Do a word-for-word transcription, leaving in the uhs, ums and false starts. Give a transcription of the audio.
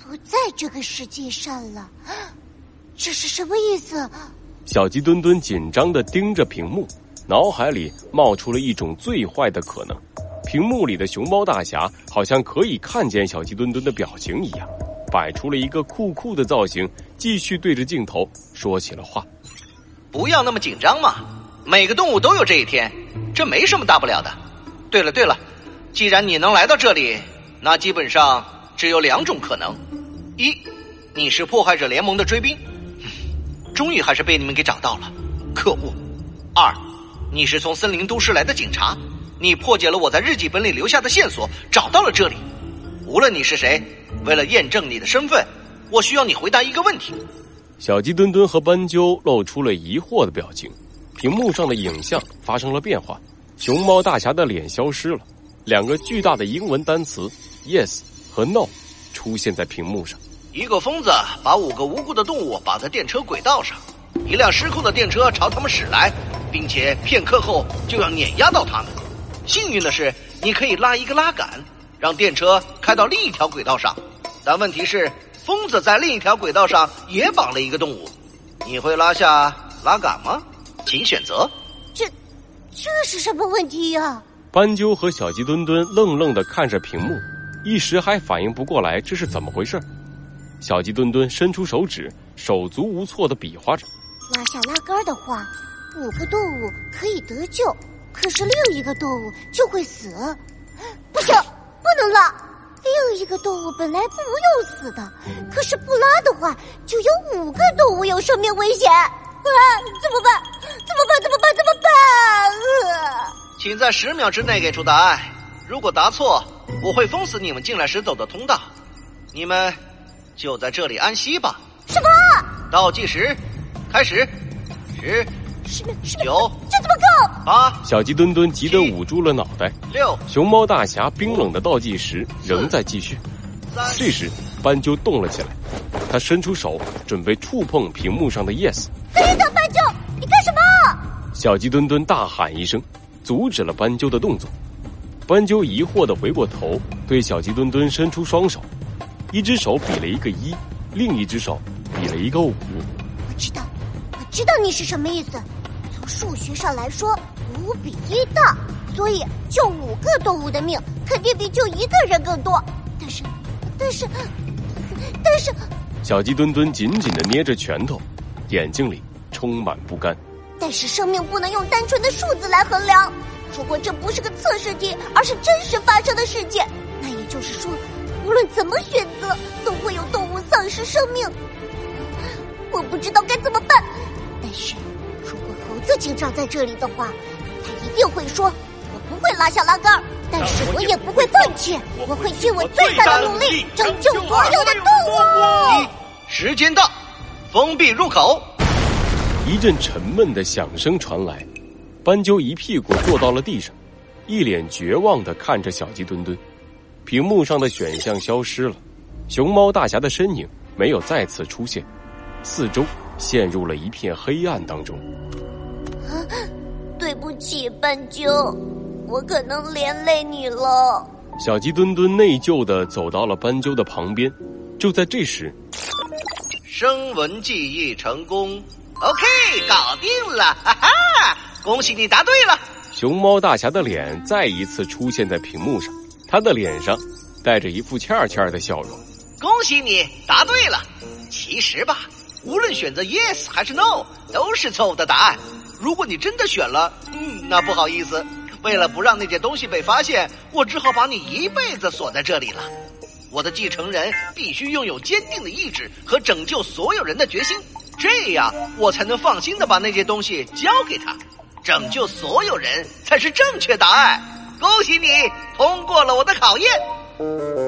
不在这个世界上了，这是什么意思？ 小鸡墩墩紧张地盯着屏幕，脑海里冒出了一种最坏的可能。屏幕里的熊猫大侠好像可以看见小鸡墩墩的表情一样，摆出了一个酷酷的造型，继续对着镜头说起了话。 不要那么紧张嘛，每个动物都有这一天，这没什么大不了的。对了对了，既然你能来到这里，那基本上只有两种可能：一，你是破坏者联盟的追兵，终于还是被你们给找到了，可恶；二，你是从森林都市来的警察，你破解了我在日记本里留下的线索，找到了这里。无论你是谁，为了验证你的身份，我需要你回答一个问题。 小鸡墩墩和斑鸠露出了疑惑的表情，屏幕上的影像发生了变化，熊猫大侠的脸消失了，两个巨大的英文单词 yes 和 no 出现在屏幕上。 一个疯子把五个无辜的动物绑在电车轨道上，一辆失控的电车朝他们驶来，并且片刻后就要碾压到他们。幸运的是，你可以拉一个拉杆，让电车开到另一条轨道上，但问题是疯子在另一条轨道上也绑了一个动物，你会拉下拉杆吗？请选择。 这这是什么问题呀？ 斑鸠和小鸡墩墩愣愣地看着屏幕，一时还反应不过来这是怎么回事。小鸡墩墩伸出手指，手足无措地比划着。 拉下拉杆的话，五个动物可以得救，可是另一个动物就会死。不行，不能拉。另一个动物本来不用死的，可是不拉的话，就有五个动物有生命危险。啊，怎么办？怎么办？怎么办？怎么办？啊！ 请在十秒之内给出答案。如果答错，我会封死你们进来时走的通道。你们就在这里安息吧。 什么？ 倒计时，开始。十、 十秒、十九， 这怎么够？ 八。 小鸡墩墩急得捂住了脑袋。 六。 熊猫大侠冰冷的倒计时仍在继续。这时，斑鸠动了起来，他伸出手准备触碰屏幕上的 yes。 等一等，斑鸠，你干什么？ 小鸡墩墩大喊一声，阻止了斑鸠的动作。斑鸠疑惑地回过头，对小鸡墩墩伸出双手，一只手比了一个一，另一只手比了一个五。 我知道，我知道你是什么意思。从数学上来说，五比一大，所以救五个动物的命肯定比救一个人更多。但是，但是，但是， 小鸡墩墩紧紧地捏着拳头，眼睛里充满不甘。 但是生命不能用单纯的数字来衡量。如果这不是个测试题，而是真实发生的事件，那也就是说，无论怎么选择，都会有动物丧失生命。我不知道该怎么办。但是，如果猴子警长在这里的话，他一定会说：“我不会拉下拉杆，但是我也不会放弃，我会尽我最大的努力拯救所有的动物。” 时间到，封闭入口。 一阵沉闷的响声传来，斑鸠一屁股坐到了地上，一脸绝望地看着小鸡墩墩。屏幕上的选项消失了，熊猫大侠的身影没有再次出现，四周陷入了一片黑暗当中。 啊，对不起，斑鸠，我可能连累你了。 小鸡墩墩内疚地走到了斑鸠的旁边。就在这时， 声纹记忆成功。OK， 搞定了，哈哈！恭喜你答对了。 熊猫大侠的脸再一次出现在屏幕上，他的脸上带着一副欠欠的笑容。 恭喜你答对了。其实吧，无论选择 yes 还是 no， 都是错误的答案。如果你真的选了，嗯，那不好意思，为了不让那件东西被发现，我只好把你一辈子锁在这里了。我的继承人必须拥有坚定的意志和拯救所有人的决心，这样我才能放心的把那件东西交给他。拯救所有人才是正确答案。恭喜你通过了我的考验。